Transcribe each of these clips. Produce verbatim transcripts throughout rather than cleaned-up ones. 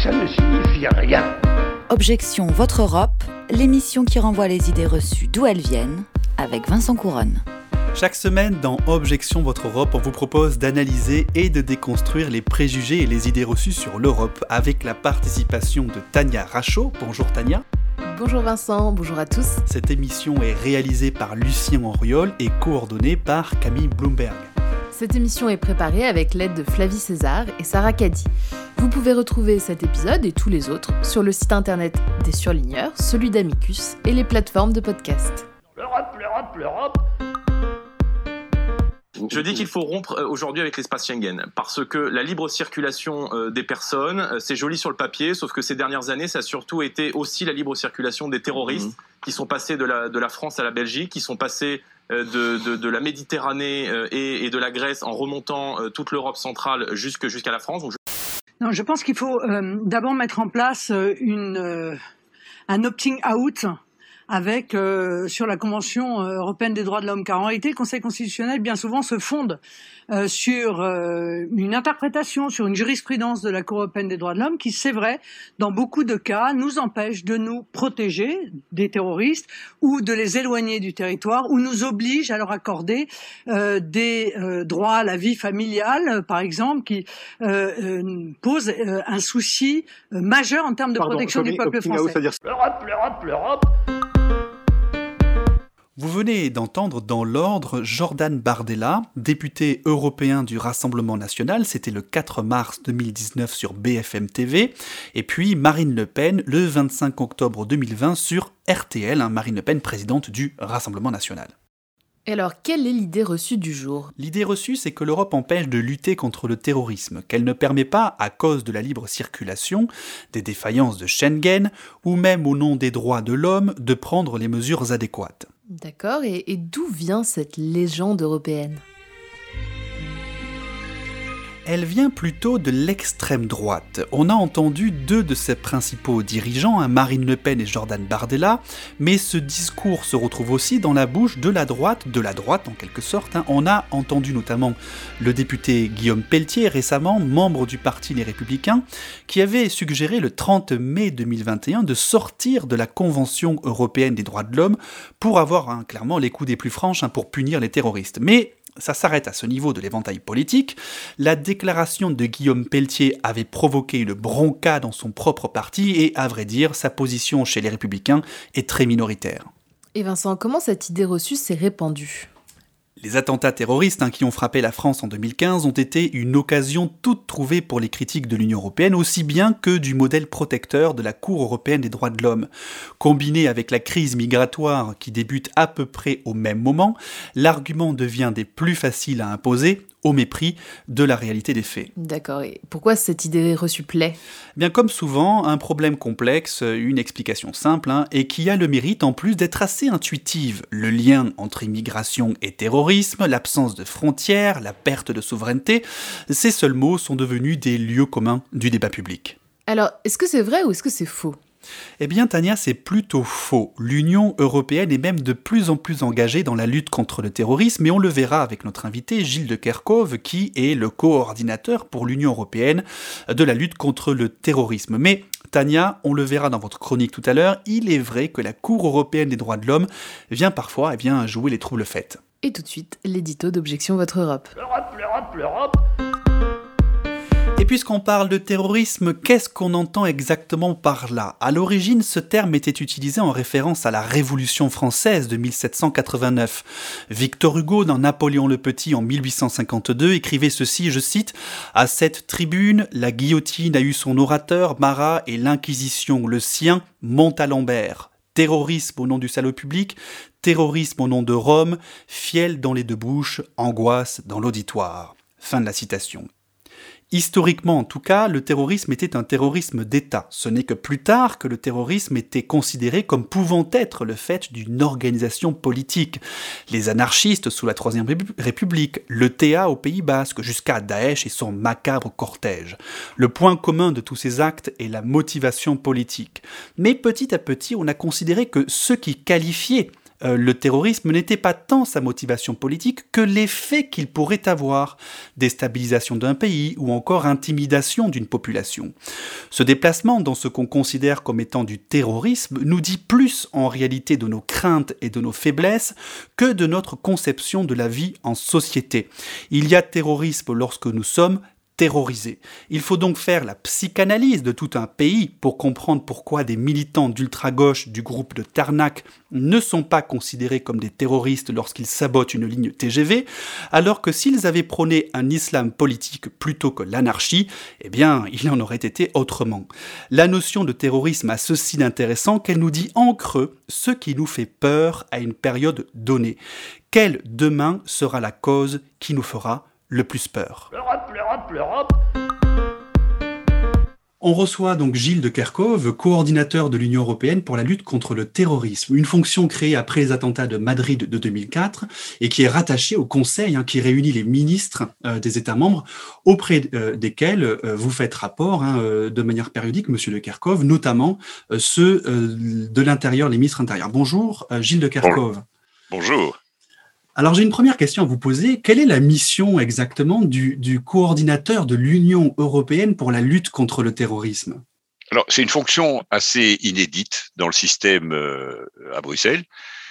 ça ne signifie rien. Objection Votre Europe, l'émission qui renvoie les idées reçues d'où elles viennent, avec Vincent Couronne. Chaque semaine, dans Objection Votre Europe, on vous propose d'analyser et de déconstruire les préjugés et les idées reçues sur l'Europe, avec la participation de Tania Rachaud. Bonjour Tania. Bonjour Vincent, bonjour à tous. Cette émission est réalisée par Lucien Henriol et coordonnée par Camille Bloomberg. Cette émission est préparée avec l'aide de Flavie César et Sarah Caddy. Vous pouvez retrouver cet épisode et tous les autres sur le site internet des Surligneurs, celui d'Amicus et les plateformes de podcast. L'Europe, l'Europe, l'Europe. Je dis qu'il faut rompre aujourd'hui avec l'espace Schengen, parce que la libre circulation des personnes, c'est joli sur le papier, sauf que ces dernières années, ça a surtout été aussi la libre circulation des terroristes, mmh. qui sont passés de la, de la France à la Belgique, qui sont passés de, de, de la Méditerranée et, et de la Grèce en remontant toute l'Europe centrale jusque, jusqu'à la France. Donc je... Non, je pense qu'il faut euh, d'abord mettre en place une, euh, un opting out avec euh, sur la Convention européenne des droits de l'homme, car en réalité, le Conseil constitutionnel, bien souvent, se fonde euh, sur euh, une interprétation, sur une jurisprudence de la Cour européenne des droits de l'homme qui, c'est vrai, dans beaucoup de cas, nous empêche de nous protéger des terroristes ou de les éloigner du territoire, ou nous oblige à leur accorder euh, des euh, droits à la vie familiale, par exemple, qui euh, euh, posent euh, un souci euh, majeur en termes de Pardon, protection du peuple français. C'est-à-dire... L'Europe, l'Europe, l'Europe. Vous venez d'entendre dans l'ordre Jordan Bardella, député européen du Rassemblement national, c'était le quatre mars deux mille dix-neuf sur B F M T V, et puis Marine Le Pen le vingt-cinq octobre deux mille vingt sur R T L, hein, Marine Le Pen, présidente du Rassemblement national. Et alors, quelle est l'idée reçue du jour ? L'idée reçue, c'est que l'Europe empêche de lutter contre le terrorisme, qu'elle ne permet pas, à cause de la libre circulation, des défaillances de Schengen, ou même au nom des droits de l'homme, de prendre les mesures adéquates. D'accord, et, et d'où vient cette légende européenne ? Elle vient plutôt de l'extrême droite. On a entendu deux de ses principaux dirigeants, hein, Marine Le Pen et Jordan Bardella, mais ce discours se retrouve aussi dans la bouche de la droite, de la droite en quelque sorte. Hein. On a entendu notamment le député Guillaume Pelletier, récemment membre du parti Les Républicains, qui avait suggéré le trente mai deux mille vingt et un de sortir de la Convention européenne des droits de l'homme pour avoir hein, clairement les coups des plus franches hein, pour punir les terroristes. Mais ça s'arrête à ce niveau de l'éventail politique. La déclaration de Guillaume Pelletier avait provoqué le bronca dans son propre parti et, à vrai dire, sa position chez les Républicains est très minoritaire. Et Vincent, comment cette idée reçue s'est répandue ? Les attentats terroristes hein, qui ont frappé la France en deux mille quinze ont été une occasion toute trouvée pour les critiques de l'Union européenne, aussi bien que du modèle protecteur de la Cour européenne des droits de l'homme. Combiné avec la crise migratoire qui débute à peu près au même moment, l'argument devient des plus faciles à imposer, au mépris de la réalité des faits. D'accord, et pourquoi cette idée reçue plaît ? Bien comme souvent, un problème complexe, une explication simple, hein, et qui a le mérite en plus d'être assez intuitive. Le lien entre immigration et terrorisme, l'absence de frontières, la perte de souveraineté, ces seuls mots sont devenus des lieux communs du débat public. Alors, est-ce que c'est vrai ou est-ce que c'est faux ? Eh bien, Tania, c'est plutôt faux. L'Union européenne est même de plus en plus engagée dans la lutte contre le terrorisme, et on le verra avec notre invité Gilles de Kerchove, qui est le coordinateur pour l'Union européenne de la lutte contre le terrorisme. Mais Tania, on le verra dans votre chronique tout à l'heure, il est vrai que la Cour européenne des droits de l'homme vient parfois eh bien, jouer les troubles faits. Et tout de suite, l'édito d'Objection Votre Europe. L'Europe, l'Europe, l'Europe. Et puisqu'on parle de terrorisme, qu'est-ce qu'on entend exactement par là ? À l'origine, ce terme était utilisé en référence à la Révolution française de mille sept cent quatre-vingt-neuf. Victor Hugo, dans Napoléon le Petit en mille huit cent cinquante-deux, écrivait ceci, je cite, « À cette tribune, la guillotine a eu son orateur, Marat, et l'Inquisition, le sien, Montalembert. Terrorisme au nom du salut public, terrorisme au nom de Rome, fiel dans les deux bouches, angoisse dans l'auditoire. » Fin de la citation. Historiquement, en tout cas, le terrorisme était un terrorisme d'État. Ce n'est que plus tard que le terrorisme était considéré comme pouvant être le fait d'une organisation politique. Les anarchistes sous la Troisième République, le T A au Pays Basque, jusqu'à Daesh et son macabre cortège. Le point commun de tous ces actes est la motivation politique. Mais petit à petit, on a considéré que ceux qui qualifiaient Euh, le terrorisme n'était pas tant sa motivation politique que l'effet qu'il pourrait avoir, déstabilisation d'un pays ou encore intimidation d'une population. Ce déplacement dans ce qu'on considère comme étant du terrorisme nous dit plus en réalité de nos craintes et de nos faiblesses que de notre conception de la vie en société. Il y a terrorisme lorsque nous sommes terrorisés. Il faut donc faire la psychanalyse de tout un pays pour comprendre pourquoi des militants d'ultra-gauche du groupe de Tarnac ne sont pas considérés comme des terroristes lorsqu'ils sabotent une ligne T G V, alors que s'ils avaient prôné un islam politique plutôt que l'anarchie, eh bien, il en aurait été autrement. La notion de terrorisme a ceci d'intéressant qu'elle nous dit en creux ce qui nous fait peur à une période donnée. Quelle demain sera la cause qui nous fera le plus peur? L'Europe, l'Europe, l'Europe. On reçoit donc Gilles de Kerchove, coordinateur de l'Union européenne pour la lutte contre le terrorisme, une fonction créée après les attentats de Madrid de deux mille quatre et qui est rattachée au Conseil hein, qui réunit les ministres euh, des États membres auprès euh, desquels euh, vous faites rapport hein, euh, de manière périodique, Monsieur de Kerchove, notamment euh, ceux euh, de l'intérieur, les ministres intérieurs. Bonjour, euh, Gilles de Kerchove. Bonjour. Alors j'ai une première question à vous poser. Quelle est la mission exactement du, du coordinateur de l'Union européenne pour la lutte contre le terrorisme? Alors c'est une fonction assez inédite dans le système euh, à Bruxelles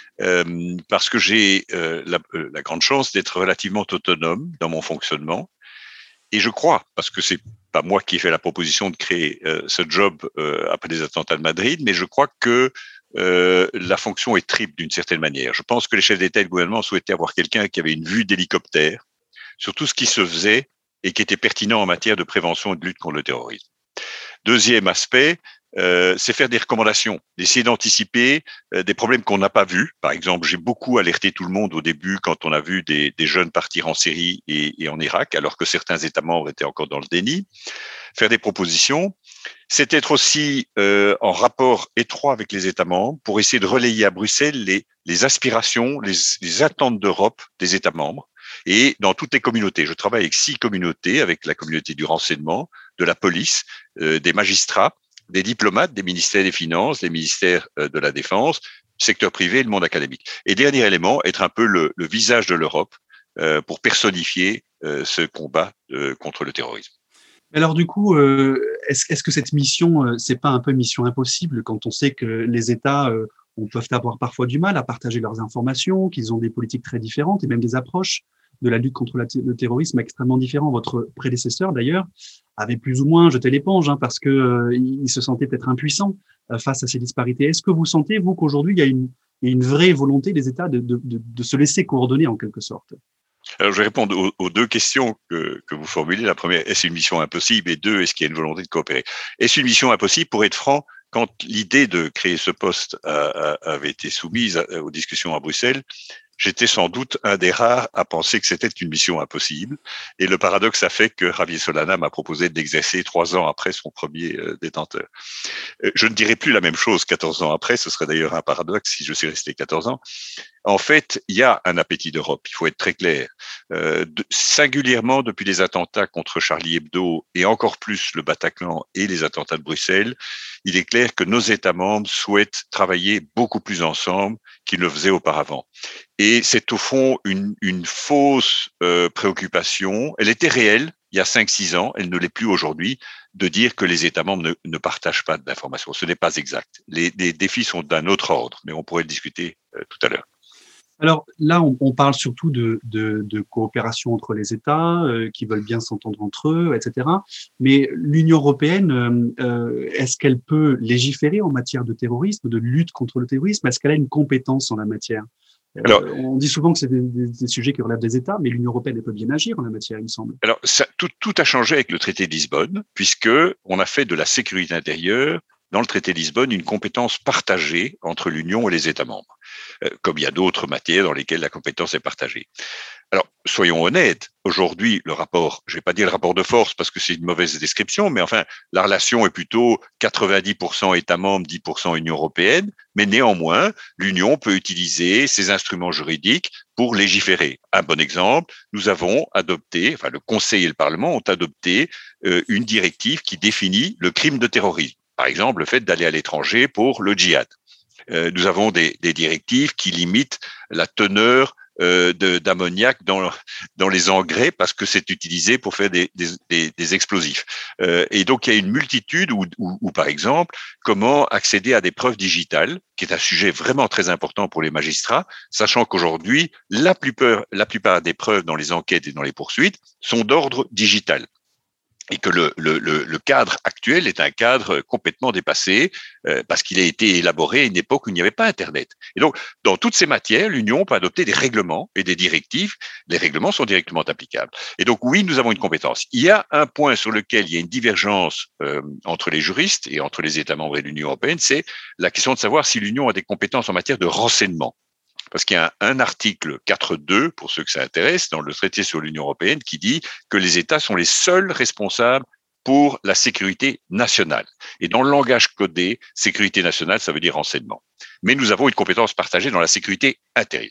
euh, parce que j'ai euh, la, euh, la grande chance d'être relativement autonome dans mon fonctionnement et je crois, parce que c'est pas moi qui ai fait la proposition de créer euh, ce job euh, après les attentats de Madrid, mais je crois que Euh, la fonction est triple d'une certaine manière. Je pense que les chefs d'État et de gouvernement souhaitaient avoir quelqu'un qui avait une vue d'hélicoptère sur tout ce qui se faisait et qui était pertinent en matière de prévention et de lutte contre le terrorisme. Deuxième aspect, euh, c'est faire des recommandations, d'essayer d'anticiper euh, des problèmes qu'on n'a pas vus. Par exemple, j'ai beaucoup alerté tout le monde au début quand on a vu des, des jeunes partir en Syrie et, et en Irak, alors que certains États membres étaient encore dans le déni. Faire des propositions, c'est être aussi euh, en rapport étroit avec les États membres pour essayer de relayer à Bruxelles les, les aspirations, les, les attentes d'Europe des États membres et dans toutes les communautés. Je travaille avec six communautés, avec la communauté du renseignement, de la police, euh, des magistrats, des diplomates, des ministères des Finances, des ministères euh, de la Défense, secteur privé et le monde académique. Et dernier élément, être un peu le, le visage de l'Europe euh, pour personnifier euh, ce combat euh, contre le terrorisme. Alors du coup, euh, est-ce, est-ce que cette mission, euh, c'est pas un peu mission impossible quand on sait que les États euh, on peuvent avoir parfois du mal à partager leurs informations, qu'ils ont des politiques très différentes et même des approches de la lutte contre la t- le terrorisme extrêmement différents. Votre prédécesseur d'ailleurs avait plus ou moins jeté l'éponge hein, parce que euh, il se sentait peut-être impuissant euh, face à ces disparités. Est-ce que vous sentez vous qu'aujourd'hui il y a une, il y a une vraie volonté des États de, de, de, de se laisser coordonner en quelque sorte? Alors, je vais répondre aux, aux deux questions que, que vous formulez. La première, est-ce une mission impossible? Et deux, est-ce qu'il y a une volonté de coopérer? Est-ce une mission impossible? Pour être franc, quand l'idée de créer ce poste a, a, avait été soumise à, aux discussions à Bruxelles, j'étais sans doute un des rares à penser que c'était une mission impossible. Et le paradoxe a fait que Javier Solana m'a proposé de l'exercer trois ans après son premier euh, détenteur. Euh, je ne dirais plus la même chose quatorze ans après. Ce serait d'ailleurs un paradoxe si je suis resté quatorze ans. En fait, il y a un appétit d'Europe, il faut être très clair. Euh, de, singulièrement depuis les attentats contre Charlie Hebdo et encore plus le Bataclan et les attentats de Bruxelles, il est clair que nos États membres souhaitent travailler beaucoup plus ensemble qu'ils ne le faisaient auparavant. Et c'est au fond une, une fausse euh, préoccupation. Elle était réelle il y a cinq six ans, elle ne l'est plus aujourd'hui, de dire que les États membres ne, ne partagent pas d'informations. Ce n'est pas exact. Les, les défis sont d'un autre ordre, mais on pourrait le discuter euh, tout à l'heure. Alors là, on, on parle surtout de, de, de coopération entre les États euh, qui veulent bien s'entendre entre eux, et cetera. Mais l'Union européenne, euh, est-ce qu'elle peut légiférer en matière de terrorisme, de lutte contre le terrorisme? Est-ce qu'elle a une compétence en la matière? Alors, euh, on dit souvent que c'est des, des, des sujets qui relèvent des États, mais l'Union européenne elle peut bien agir en la matière, il me semble. Alors, ça, tout, tout a changé avec le traité de Lisbonne, puisque on a fait de la sécurité intérieure dans le traité de Lisbonne une compétence partagée entre l'Union et les États membres, euh, comme il y a d'autres matières dans lesquelles la compétence est partagée. Alors, soyons honnêtes, aujourd'hui, le rapport, je vais pas dire le rapport de force parce que c'est une mauvaise description, mais enfin, la relation est plutôt quatre-vingt-dix pour cent États membres, dix pour cent Union européenne, mais néanmoins, l'Union peut utiliser ses instruments juridiques pour légiférer. Un bon exemple, nous avons adopté, enfin, le Conseil et le Parlement ont adopté euh, une directive qui définit le crime de terrorisme. Par exemple, le fait d'aller à l'étranger pour le djihad. Euh, nous avons des, des directives qui limitent la teneur euh, de, d'ammoniac dans, dans les engrais parce que c'est utilisé pour faire des, des, des, des explosifs. Euh, et donc, il y a une multitude où, où, où, par exemple, comment accéder à des preuves digitales, qui est un sujet vraiment très important pour les magistrats, sachant qu'aujourd'hui, la plupart, la plupart des preuves dans les enquêtes et dans les poursuites sont d'ordre digital. Et que le, le, le cadre actuel est un cadre complètement dépassé euh, parce qu'il a été élaboré à une époque où il n'y avait pas Internet. Et donc, dans toutes ces matières, l'Union peut adopter des règlements et des directives. Les règlements sont directement applicables. Et donc, oui, nous avons une compétence. Il y a un point sur lequel il y a une divergence euh, entre les juristes et entre les États membres et l'Union européenne, c'est la question de savoir si l'Union a des compétences en matière de renseignement. Parce qu'il y a un, un article quatre point deux, pour ceux que ça intéresse, dans le traité sur l'Union européenne, qui dit que les États sont les seuls responsables pour la sécurité nationale. Et dans le langage codé, sécurité nationale, ça veut dire renseignement. Mais nous avons une compétence partagée dans la sécurité intérieure.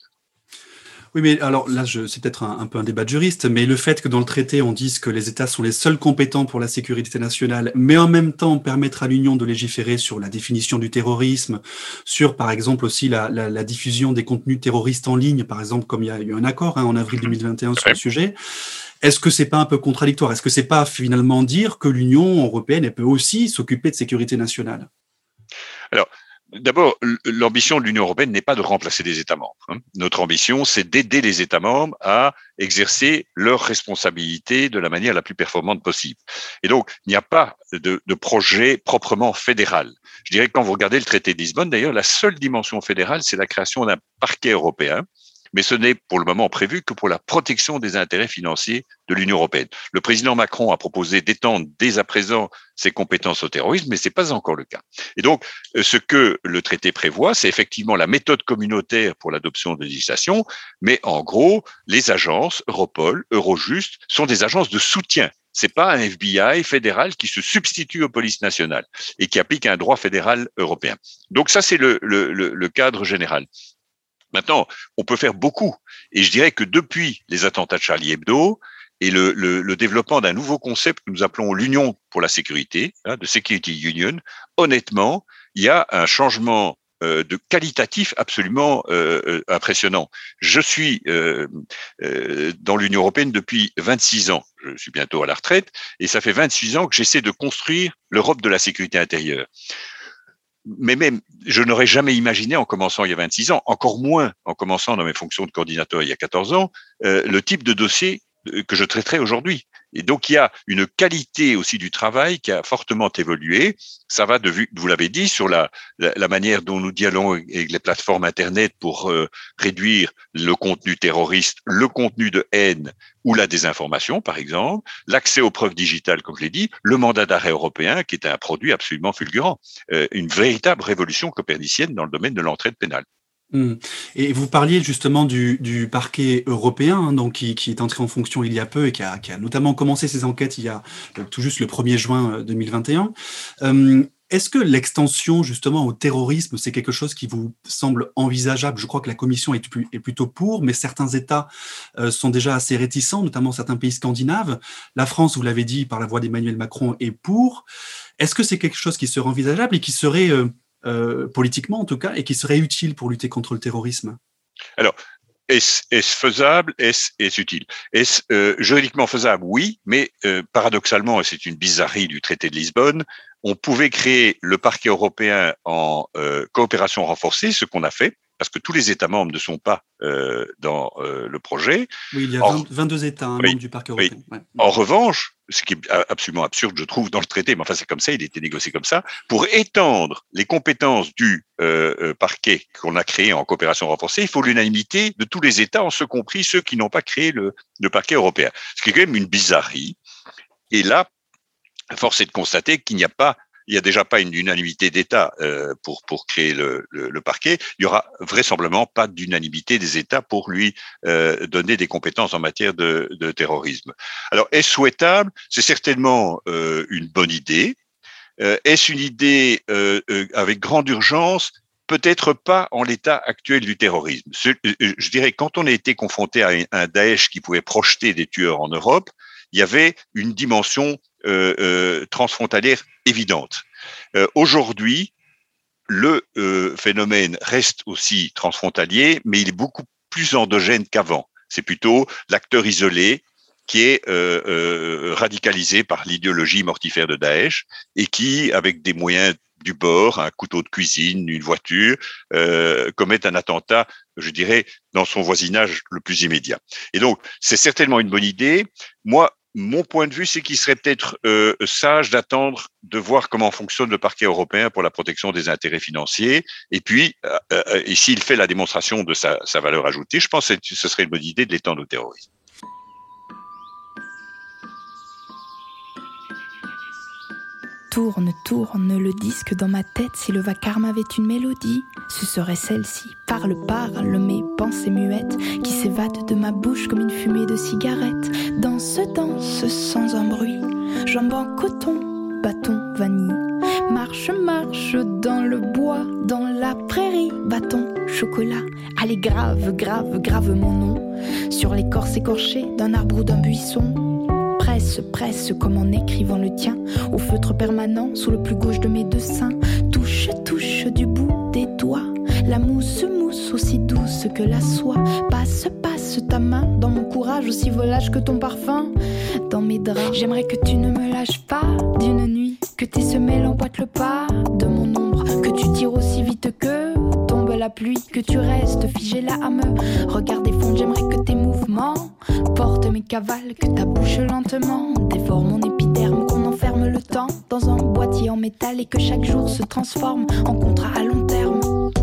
Oui, mais alors là, je, c'est peut-être un, un peu un débat de juriste, mais le fait que dans le traité, on dise que les États sont les seuls compétents pour la sécurité nationale, mais en même temps permettre à l'Union de légiférer sur la définition du terrorisme, sur, par exemple, aussi la, la, la diffusion des contenus terroristes en ligne, par exemple, comme il y a eu un accord hein, en avril deux mille vingt et un sur le sujet, est-ce que c'est pas un peu contradictoire ? Est-ce que c'est pas finalement dire que l'Union européenne, elle peut aussi s'occuper de sécurité nationale ? Alors, d'abord, l'ambition de l'Union européenne n'est pas de remplacer les États membres. Notre ambition, c'est d'aider les États membres à exercer leurs responsabilités de la manière la plus performante possible. Et donc, il n'y a pas de, de projet proprement fédéral. Je dirais que quand vous regardez le traité de Lisbonne, d'ailleurs, la seule dimension fédérale, c'est la création d'un parquet européen. Mais ce n'est pour le moment prévu que pour la protection des intérêts financiers de l'Union européenne. Le président Macron a proposé d'étendre dès à présent ses compétences au terrorisme, mais ce n'est pas encore le cas. Et donc, ce que le traité prévoit, c'est effectivement la méthode communautaire pour l'adoption de législation, mais en gros, les agences, Europol, Eurojust, sont des agences de soutien. C'est pas un F B I fédéral qui se substitue aux polices nationales et qui applique un droit fédéral européen. Donc ça, c'est le, le, le, le cadre général. Maintenant, on peut faire beaucoup. Et je dirais que depuis les attentats de Charlie Hebdo et le, le, le développement d'un nouveau concept que nous appelons l'Union pour la sécurité, hein, de Security Union, honnêtement, il y a un changement euh, de qualitatif absolument euh, euh, impressionnant. Je suis euh, euh, dans l'Union européenne depuis vingt-six ans. Je suis bientôt à la retraite et ça fait vingt-six ans que j'essaie de construire l'Europe de la sécurité intérieure. Mais même, je n'aurais jamais imaginé en commençant il y a vingt-six ans, encore moins en commençant dans mes fonctions de coordinateur il y a quatorze ans, euh, le type de dossier que je traiterai aujourd'hui. Et donc, il y a une qualité aussi du travail qui a fortement évolué. Ça va, de, vous l'avez dit, sur la, la, la manière dont nous dialoguons avec les plateformes Internet pour euh, réduire le contenu terroriste, le contenu de haine ou la désinformation, par exemple, l'accès aux preuves digitales, comme je l'ai dit, le mandat d'arrêt européen, qui est un produit absolument fulgurant, euh, une véritable révolution copernicienne dans le domaine de l'entraide pénale. Et vous parliez justement du, du parquet européen, hein, donc qui, qui est entré en fonction il y a peu et qui a, qui a notamment commencé ses enquêtes il y a euh, tout juste le premier juin deux mille vingt et un. Euh, est-ce que l'extension justement au terrorisme, c'est quelque chose qui vous semble envisageable ? Je crois que la Commission est, plus, est plutôt pour, mais certains États euh, sont déjà assez réticents, notamment certains pays scandinaves. La France, vous l'avez dit par la voix d'Emmanuel Macron, est pour. Est-ce que c'est quelque chose qui serait envisageable et qui serait... Euh, Euh, politiquement en tout cas, et qui serait utile pour lutter contre le terrorisme ? Alors, est-ce, est-ce faisable ? Est-ce, est-ce utile ? Est-ce euh, juridiquement faisable ? Oui, mais euh, paradoxalement, et c'est une bizarrerie du traité de Lisbonne, on pouvait créer le parquet européen en euh, coopération renforcée, ce qu'on a fait, parce que tous les États membres ne sont pas euh, dans euh, le projet. Oui, il y a vingt, vingt-deux États hein, oui, membres du parquet européen. Oui. Ouais. En revanche, ce qui est absolument absurde, je trouve, dans le traité, mais enfin c'est comme ça, il a été négocié comme ça, pour étendre les compétences du euh, euh, parquet qu'on a créé en coopération renforcée, il faut l'unanimité de tous les États, en ce compris ceux qui n'ont pas créé le, le parquet européen. Ce qui est quand même une bizarrerie. Et là, force est de constater qu'il n'y a pas Il n'y a déjà pas une unanimité d'État euh, pour pour créer le, le, le parquet. Il y aura vraisemblablement pas d'unanimité des États pour lui euh, donner des compétences en matière de, de terrorisme. Alors, est-ce souhaitable ? C'est certainement euh, une bonne idée. Euh, est-ce une idée euh, euh, avec grande urgence ? Peut-être pas en l'état actuel du terrorisme. Ce, euh, je dirais, quand on a été confronté à un, un Daesh qui pouvait projeter des tueurs en Europe, il y avait une dimension euh, euh, transfrontalière évidente. Euh, aujourd'hui, le euh, phénomène reste aussi transfrontalier, mais il est beaucoup plus endogène qu'avant. C'est plutôt l'acteur isolé qui est euh, euh, radicalisé par l'idéologie mortifère de Daesh et qui, avec des moyens du bord, un couteau de cuisine, une voiture, euh, commet un attentat, je dirais, dans son voisinage le plus immédiat. Et donc, c'est certainement une bonne idée. Moi, mon point de vue, c'est qu'il serait peut-être euh, sage d'attendre de voir comment fonctionne le parquet européen pour la protection des intérêts financiers. Et puis, euh, euh, et s'il fait la démonstration de sa, sa valeur ajoutée, je pense que ce serait une bonne idée de l'étendre au terrorisme. Tourne, tourne le disque dans ma tête. Si le vacarme avait une mélodie, ce serait celle-ci. Parle, parle, mes pensées muettes qui s'évadent de ma bouche comme une fumée de cigarette. Danse, danse sans un bruit. Jambes en coton, bâton, vanille. Marche, marche dans le bois, dans la prairie. Bâton, chocolat. Allez, grave, grave, grave mon nom sur l'écorce écorchée d'un arbre ou d'un buisson. Presse, presse comme en écrivant le tien au feutre permanent sous le plus gauche de mes deux seins. Touche, touche du bout des doigts la mousse, mousse aussi douce que la soie. Passe, passe ta main dans mon courage aussi volage que ton parfum dans mes draps. J'aimerais que tu ne me lâches pas d'une nuit, que tes semelles emboîtent le pas de mon ombre, que tu tires aussi vite que tombe la pluie, que tu restes figé là à me regarder fondre. J'aimerais que tes mouvements portent mes cavales, que ta bouche lentement dévore mon épiderme, qu'on enferme le temps dans un boîtier en métal et que chaque jour se transforme en contrat à long terme.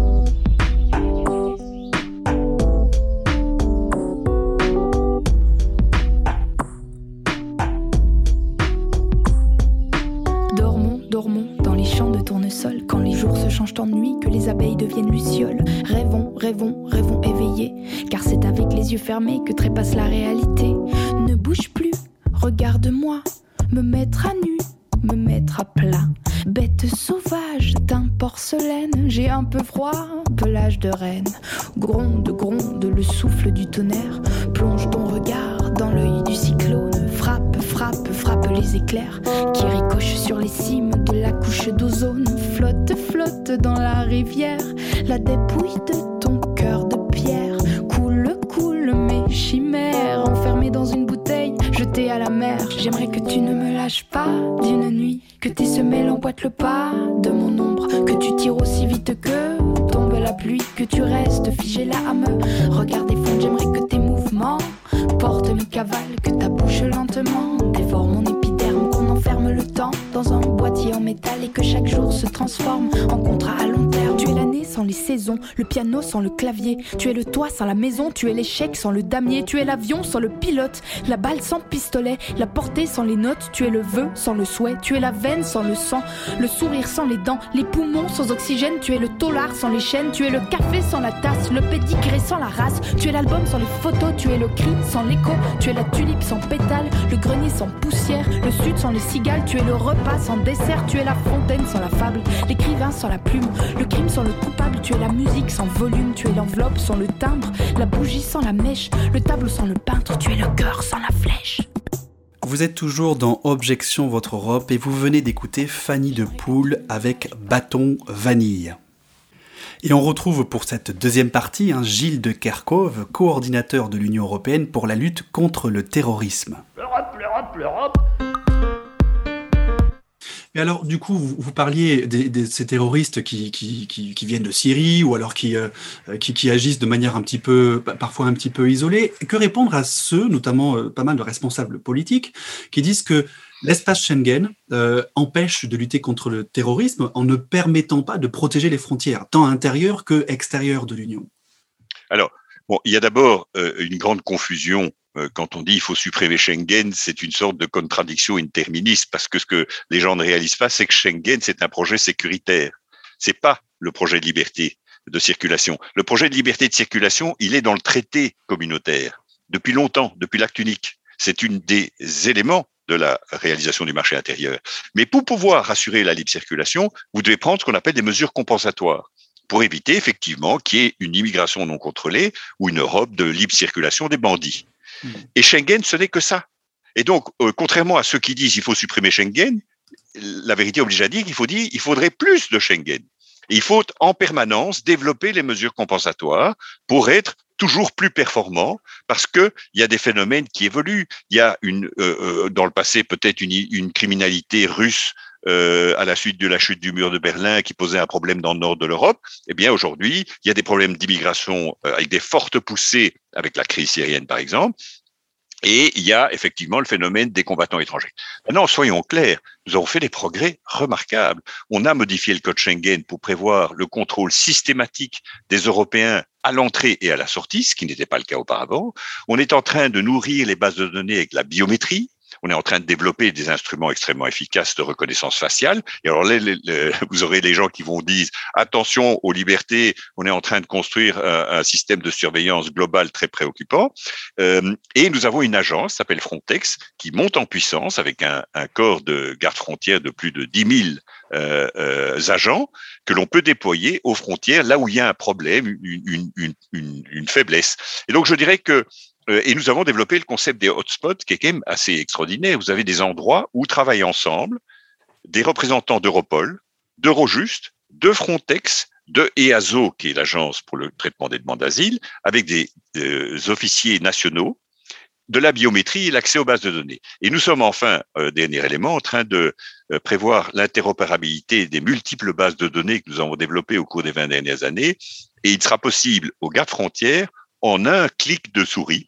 Dormons, dormons dans les champs de tournesol, quand les jours se changent en nuit, que les abeilles deviennent lucioles. Rêvons, rêvons, rêvons éveillés, car c'est avec les yeux fermés que trépasse la réalité. Ne bouge plus, regarde-moi, me mettre à nu, me mettre à plat. Bête sauvage d'un porcelaine, j'ai un peu froid, pelage de reine. Gronde, gronde le souffle du tonnerre, plonge ton regard dans l'œil du cyclone. Frappe, frappe, frappe les éclairs qui ricochent sur les cimes de la couche d'ozone. Flotte, flotte dans la rivière, la dépouille de ton cœur de pierre. Coule, coule mes chimères, enfermées dans une bouteille, jetée à la mer. J'aimerais que tu ne me lâches pas d'une nuit, que tes semelles emboîtent le pas de mon ombre, que tu tires aussi vite que tombe la pluie, que tu restes figé là à me regarder fondre. J'aimerais que tes mouvements portent mes cavales, que ta bouche lentement dévore mon épiderme, qu'on enferme le temps dans un boîtier en métal et que chaque jour se transforme en contrat à long terme. Tu es l'année sans les saisons, le piano sans le clavier, tu es le toit sans la maison, tu es l'échec sans le damier, tu es l'avion sans le pilote, la balle sans pistolet, la portée sans les notes, tu es le vœu sans le souhait, tu es la veine sans le sang, le sourire sans les dents, les poumons sans oxygène, tu es le taulard sans les chaînes, tu es le café sans la tasse, le pédigré sans la race, tu es l'album sans les photos, tu es le cri sans l'écho, tu es la tulipe sans pétale, le grenier sans poussière, le sud sans les cigales, tu es le repas sans dessert, tu es la fontaine sans la fable, l'écrivain sans la plume, le crime sans le coupable, tu es la musique sans volume, tu es l'enveloppe sans le timbre, la bougie sans la mèche, le tableau sans le peintre, tu es le cœur sans la flèche. Vous êtes toujours dans Objection Votre Europe et vous venez d'écouter Fanny de Poule avec Bâton Vanille. Et on retrouve pour cette deuxième partie hein, Gilles de Kerkhove, coordinateur de l'Union européenne pour la lutte contre le terrorisme. L'Europe, l'Europe, l'Europe. Et alors, du coup, vous, vous parliez de, de ces terroristes qui, qui, qui, qui viennent de Syrie ou alors qui, euh, qui, qui agissent de manière un petit peu, parfois un petit peu isolée. Que répondre à ceux, notamment euh, pas mal de responsables politiques, qui disent que l'espace Schengen euh, empêche de lutter contre le terrorisme en ne permettant pas de protéger les frontières, tant intérieures que extérieures de l'Union? Alors, bon, il y a d'abord euh, une grande confusion. Quand on dit il faut supprimer Schengen, c'est une sorte de contradiction in terminis, parce que ce que les gens ne réalisent pas, c'est que Schengen, c'est un projet sécuritaire. C'est pas le projet de liberté de circulation. Le projet de liberté de circulation, il est dans le traité communautaire. Depuis longtemps, depuis l'acte unique. C'est une des éléments de la réalisation du marché intérieur. Mais pour pouvoir assurer la libre circulation, vous devez prendre ce qu'on appelle des mesures compensatoires, pour éviter effectivement qu'il y ait une immigration non contrôlée ou une Europe de libre circulation des bandits. Et Schengen, ce n'est que ça. Et donc, euh, contrairement à ceux qui disent qu'il faut supprimer Schengen, la vérité oblige à dire qu'il faut dire il faudrait plus de Schengen. Et il faut en permanence développer les mesures compensatoires pour être toujours plus performant, parce que il y a des phénomènes qui évoluent. Il y a une, euh, dans le passé peut-être une, une criminalité russe euh, à la suite de la chute du mur de Berlin qui posait un problème dans le nord de l'Europe. Eh bien aujourd'hui, il y a des problèmes d'immigration euh, avec des fortes poussées, avec la crise syrienne par exemple. Et il y a effectivement le phénomène des combattants étrangers. Maintenant, soyons clairs, nous avons fait des progrès remarquables. On a modifié le code Schengen pour prévoir le contrôle systématique des Européens à l'entrée et à la sortie, ce qui n'était pas le cas auparavant. On est en train de nourrir les bases de données avec la biométrie. On est en train de développer des instruments extrêmement efficaces de reconnaissance faciale. Et alors là, les, les, vous aurez les gens qui vont dire attention aux libertés. On est en train de construire un, un système de surveillance global très préoccupant. Euh, et nous avons une agence, qui s'appelle Frontex, qui monte en puissance avec un, un corps de garde-frontières de plus de dix mille euh, euh, agents que l'on peut déployer aux frontières là où il y a un problème, une, une, une, une, une faiblesse. Et donc je dirais que Et nous avons développé le concept des hotspots qui est quand même assez extraordinaire. Vous avez des endroits où travaillent ensemble des représentants d'Europol, d'Eurojust, de Frontex, de E A S O, qui est l'agence pour le traitement des demandes d'asile, avec des euh, officiers nationaux, de la biométrie et l'accès aux bases de données. Et nous sommes enfin, euh, dernier élément, en train de euh, prévoir l'interopérabilité des multiples bases de données que nous avons développées au cours des vingt dernières années. Et il sera possible aux gardes-frontières, en un clic de souris,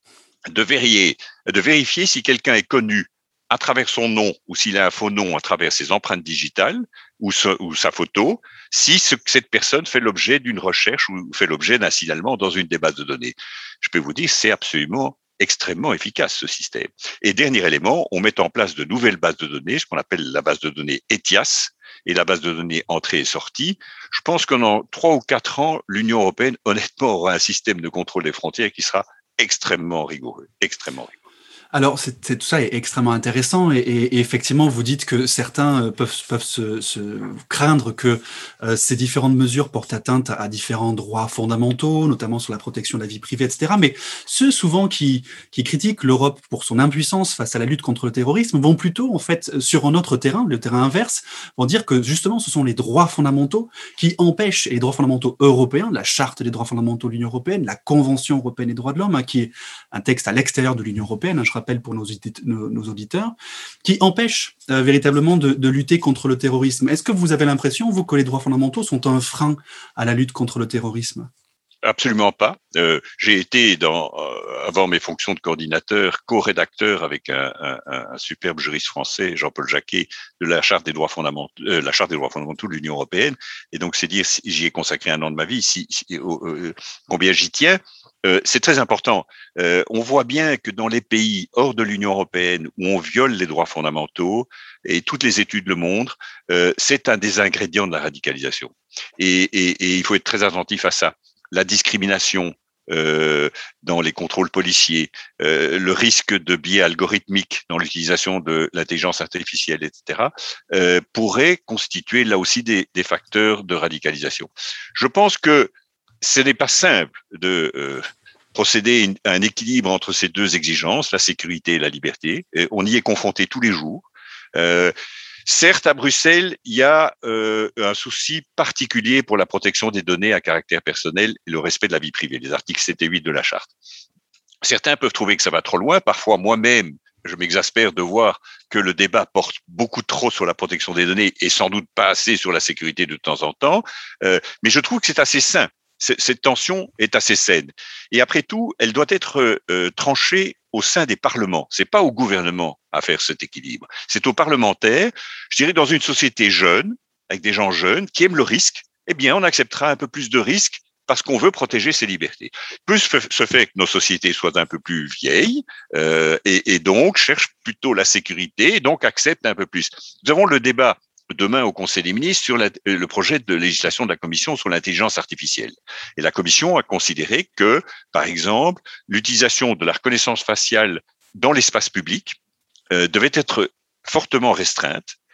de vérifier, de vérifier si quelqu'un est connu à travers son nom ou s'il a un faux nom à travers ses empreintes digitales ou, ce, ou sa photo, si ce, cette personne fait l'objet d'une recherche ou fait l'objet d'un signalement dans une des bases de données. Je peux vous dire, c'est absolument extrêmement efficace ce système. Et dernier élément, on met en place de nouvelles bases de données, ce qu'on appelle la base de données ETIAS et la base de données entrée et sortie. Je pense qu'en trois ou quatre ans, l'Union européenne, honnêtement, aura un système de contrôle des frontières qui sera extrêmement rigoureux, extrêmement rigoureux. Alors, c'est, c'est, tout ça est extrêmement intéressant et, et, et effectivement, vous dites que certains peuvent, peuvent se, se craindre que euh, ces différentes mesures portent atteinte à différents droits fondamentaux, notamment sur la protection de la vie privée, et cetera. Mais ceux souvent qui, qui critiquent l'Europe pour son impuissance face à la lutte contre le terrorisme vont plutôt, en fait, sur un autre terrain, le terrain inverse, vont dire que justement, ce sont les droits fondamentaux qui empêchent, et les droits fondamentaux européens, la Charte des droits fondamentaux de l'Union européenne, la Convention européenne des droits de l'homme, hein, qui est un texte à l'extérieur de l'Union européenne, hein, je rappelle pour nos, nos, nos auditeurs, qui empêche euh, véritablement de, de lutter contre le terrorisme. Est-ce que vous avez l'impression, vous, que les droits fondamentaux sont un frein à la lutte contre le terrorisme ? Absolument pas. Euh, j'ai été, dans, euh, avant mes fonctions de coordinateur, co-rédacteur avec un, un, un superbe juriste français, Jean-Paul Jacquet, de la Charte des droits fondamentaux, euh, la Charte des droits fondamentaux de l'Union européenne. Et donc, c'est dire, si j'y ai consacré un an de ma vie, si, si, euh, combien j'y tiens. Euh, c'est très important. Euh, on voit bien que dans les pays hors de l'Union européenne où on viole les droits fondamentaux, et toutes les études le montrent, euh, c'est un des ingrédients de la radicalisation. Et, et, et il faut être très attentif à ça. La discrimination euh, dans les contrôles policiers, euh, le risque de biais algorithmiques dans l'utilisation de l'intelligence artificielle, et cetera, euh, pourraient constituer là aussi des, des facteurs de radicalisation. Je pense que ce n'est pas simple de euh, procéder à un équilibre entre ces deux exigences, la sécurité et la liberté. Et on y est confronté tous les jours. Euh, Certes, à Bruxelles, il y a euh, un souci particulier pour la protection des données à caractère personnel et le respect de la vie privée, les articles sept et huit de la Charte. Certains peuvent trouver que ça va trop loin. Parfois, moi-même, je m'exaspère de voir que le débat porte beaucoup trop sur la protection des données et sans doute pas assez sur la sécurité de temps en temps. Euh, mais je trouve que c'est assez sain. Cette tension est assez saine. Et après tout, elle doit être euh, tranchée au sein des parlements. C'est pas au gouvernement à faire cet équilibre. C'est aux parlementaires. Je dirais dans une société jeune, avec des gens jeunes qui aiment le risque, eh bien, on acceptera un peu plus de risques parce qu'on veut protéger ses libertés. Plus se fait que nos sociétés soient un peu plus vieilles euh, et, et donc cherchent plutôt la sécurité et donc acceptent un peu plus. Nous avons le débat demain au Conseil des ministres sur la, le projet de législation de la Commission sur l'intelligence artificielle. Et la Commission a considéré que, par exemple, l'utilisation de la reconnaissance faciale dans l'espace public euh, devait être fortement restreinte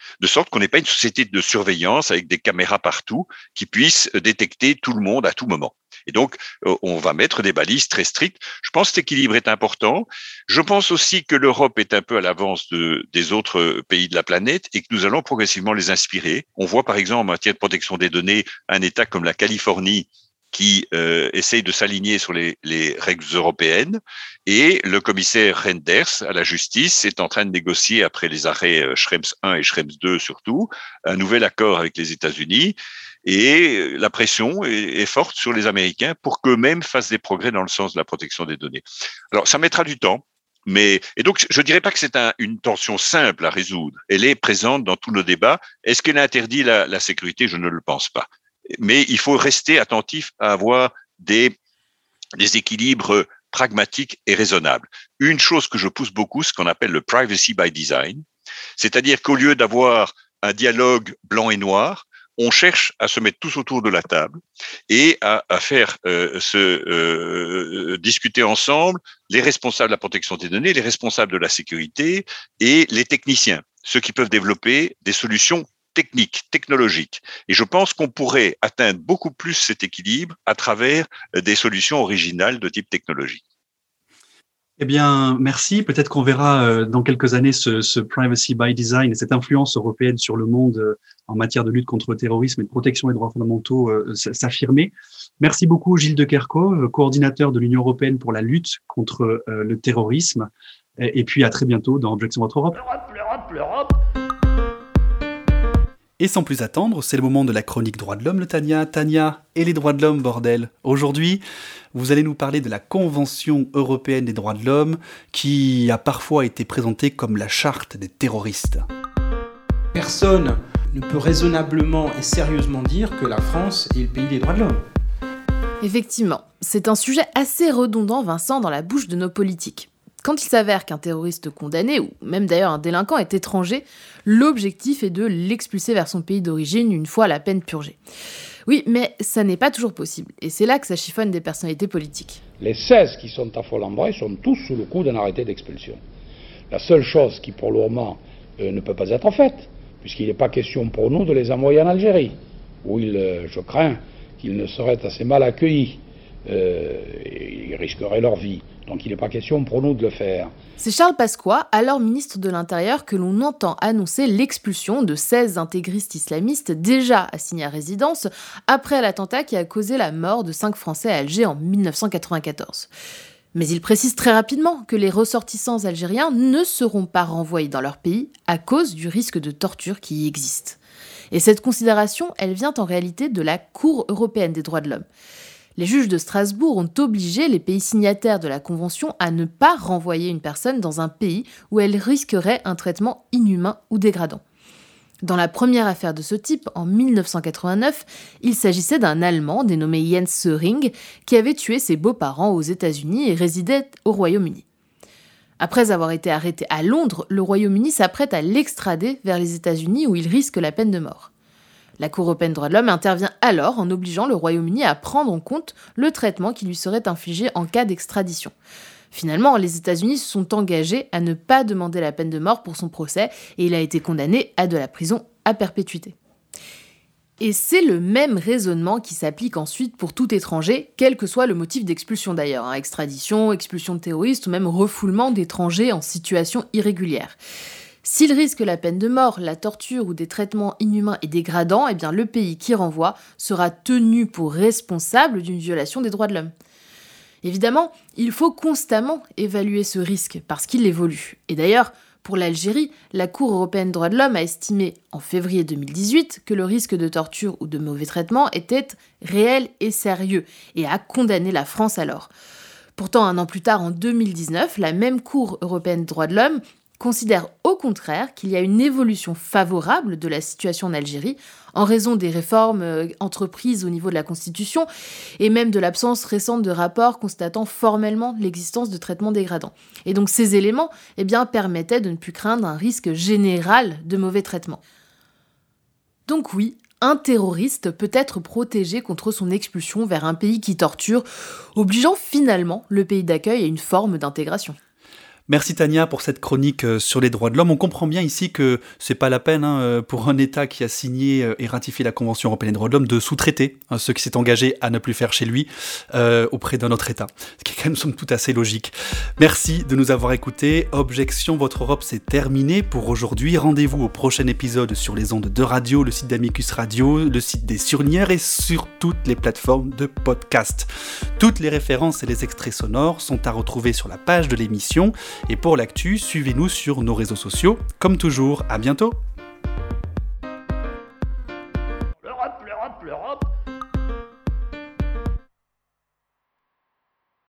de sorte qu'on n'ait pas une société de surveillance avec des caméras partout qui puissent détecter tout le monde à tout moment. Et donc, on va mettre des balises très strictes. Je pense que cet équilibre est important. Je pense aussi que l'Europe est un peu à l'avance de, des autres pays de la planète et que nous allons progressivement les inspirer. On voit par exemple en matière de protection des données un État comme la Californie qui euh, essaye de s'aligner sur les, les règles européennes, et le commissaire Reynders à la justice est en train de négocier, après les arrêts Schrems un et Schrems deux surtout, un nouvel accord avec les États-Unis, et la pression est, est forte sur les Américains pour qu'eux-mêmes fassent des progrès dans le sens de la protection des données. Alors, ça mettra du temps, mais et donc je dirais pas que c'est un, une tension simple à résoudre. Elle est présente dans tous nos débats. Est-ce qu'elle interdit la, la sécurité? Je ne le pense pas. Mais il faut rester attentif à avoir des, des équilibres pragmatiques et raisonnables. Une chose que je pousse beaucoup, ce qu'on appelle le privacy by design, c'est-à-dire qu'au lieu d'avoir un dialogue blanc et noir, on cherche à se mettre tous autour de la table et à, à faire euh, se euh, discuter ensemble les responsables de la protection des données, les responsables de la sécurité et les techniciens, ceux qui peuvent développer des solutions techniques, technologiques. Et je pense qu'on pourrait atteindre beaucoup plus cet équilibre à travers des solutions originales de type technologique. Eh bien, merci. Peut-être qu'on verra euh, dans quelques années ce, ce privacy by design et cette influence européenne sur le monde euh, en matière de lutte contre le terrorisme et de protection des droits fondamentaux euh, s'affirmer. Merci beaucoup Gilles de Kerchove, coordinateur de l'Union européenne pour la lutte contre euh, le terrorisme. Et, et puis à très bientôt dans Objection Votre Europe. L'Europe, l'Europe, l'Europe. Et sans plus attendre, c'est le moment de la chronique Droits de l'Homme, le Tania. Tania et les droits de l'homme, bordel. Aujourd'hui, vous allez nous parler de la Convention européenne des droits de l'homme, qui a parfois été présentée comme la charte des terroristes. Personne ne peut raisonnablement et sérieusement dire que la France est le pays des droits de l'homme. Effectivement, c'est un sujet assez redondant, Vincent, dans la bouche de nos politiques. Quand il s'avère qu'un terroriste condamné, ou même d'ailleurs un délinquant, est étranger, l'objectif est de l'expulser vers son pays d'origine une fois la peine purgée. Oui, mais ça n'est pas toujours possible, et c'est là que ça chiffonne des personnalités politiques. Les seize qui sont à Folembray sont tous sous le coup d'un arrêté d'expulsion. La seule chose qui pour le moment euh, ne peut pas être faite, puisqu'il n'est pas question pour nous de les envoyer en Algérie, où ils, euh, je crains qu'ils ne seraient assez mal accueillis, euh, et ils risqueraient leur vie. Donc il n'est pas question pour nous de le faire. C'est Charles Pasqua, alors ministre de l'Intérieur, que l'on entend annoncer l'expulsion de seize intégristes islamistes déjà assignés à résidence après l'attentat qui a causé la mort de cinq Français à Alger en dix-neuf cent quatre-vingt-quatorze. Mais il précise très rapidement que les ressortissants algériens ne seront pas renvoyés dans leur pays à cause du risque de torture qui y existe. Et cette considération, elle vient en réalité de la Cour européenne des droits de l'homme. Les juges de Strasbourg ont obligé les pays signataires de la Convention à ne pas renvoyer une personne dans un pays où elle risquerait un traitement inhumain ou dégradant. Dans la première affaire de ce type, en dix-neuf cent quatre-vingt-neuf, il s'agissait d'un Allemand dénommé Jens Söring qui avait tué ses beaux-parents aux États-Unis et résidait au Royaume-Uni. Après avoir été arrêté à Londres, le Royaume-Uni s'apprête à l'extrader vers les États-Unis où il risque la peine de mort. La Cour européenne des droits de l'homme intervient alors en obligeant le Royaume-Uni à prendre en compte le traitement qui lui serait infligé en cas d'extradition. Finalement, les États-Unis se sont engagés à ne pas demander la peine de mort pour son procès et il a été condamné à de la prison à perpétuité. Et c'est le même raisonnement qui s'applique ensuite pour tout étranger, quel que soit le motif d'expulsion d'ailleurs, hein, extradition, expulsion de terroristes ou même refoulement d'étrangers en situation irrégulière. S'il risque la peine de mort, la torture ou des traitements inhumains et dégradants, eh bien le pays qui renvoie sera tenu pour responsable d'une violation des droits de l'homme. Évidemment, il faut constamment évaluer ce risque parce qu'il évolue. Et d'ailleurs, pour l'Algérie, la Cour européenne des droits de l'homme a estimé en février deux mille dix-huit que le risque de torture ou de mauvais traitement était réel et sérieux et a condamné la France alors. Pourtant, un an plus tard, en deux mille dix-neuf, la même Cour européenne des droits de l'homme considère au contraire qu'il y a une évolution favorable de la situation en Algérie en raison des réformes euh, entreprises au niveau de la Constitution et même de l'absence récente de rapports constatant formellement l'existence de traitements dégradants. Et donc ces éléments eh bien, permettaient de ne plus craindre un risque général de mauvais traitement. Donc oui, un terroriste peut être protégé contre son expulsion vers un pays qui torture, obligeant finalement le pays d'accueil à une forme d'intégration. Merci Tania pour cette chronique sur les droits de l'homme. On comprend bien ici que c'est pas la peine hein, pour un État qui a signé et ratifié la Convention européenne des droits de l'homme de sous-traiter hein, ce qui s'est engagé à ne plus faire chez lui euh, auprès d'un autre État. Ce qui est quand même somme toute assez logique. Merci de nous avoir écoutés. Objection, votre Europe, c'est terminé pour aujourd'hui. Rendez-vous au prochain épisode sur les ondes de radio, le site d'Amicus Radio, le site des Surligneurs et sur toutes les plateformes de podcast. Toutes les références et les extraits sonores sont à retrouver sur la page de l'émission. Et pour l'actu, suivez-nous sur nos réseaux sociaux. Comme toujours, à bientôt. L'Europe, l'Europe, l'Europe.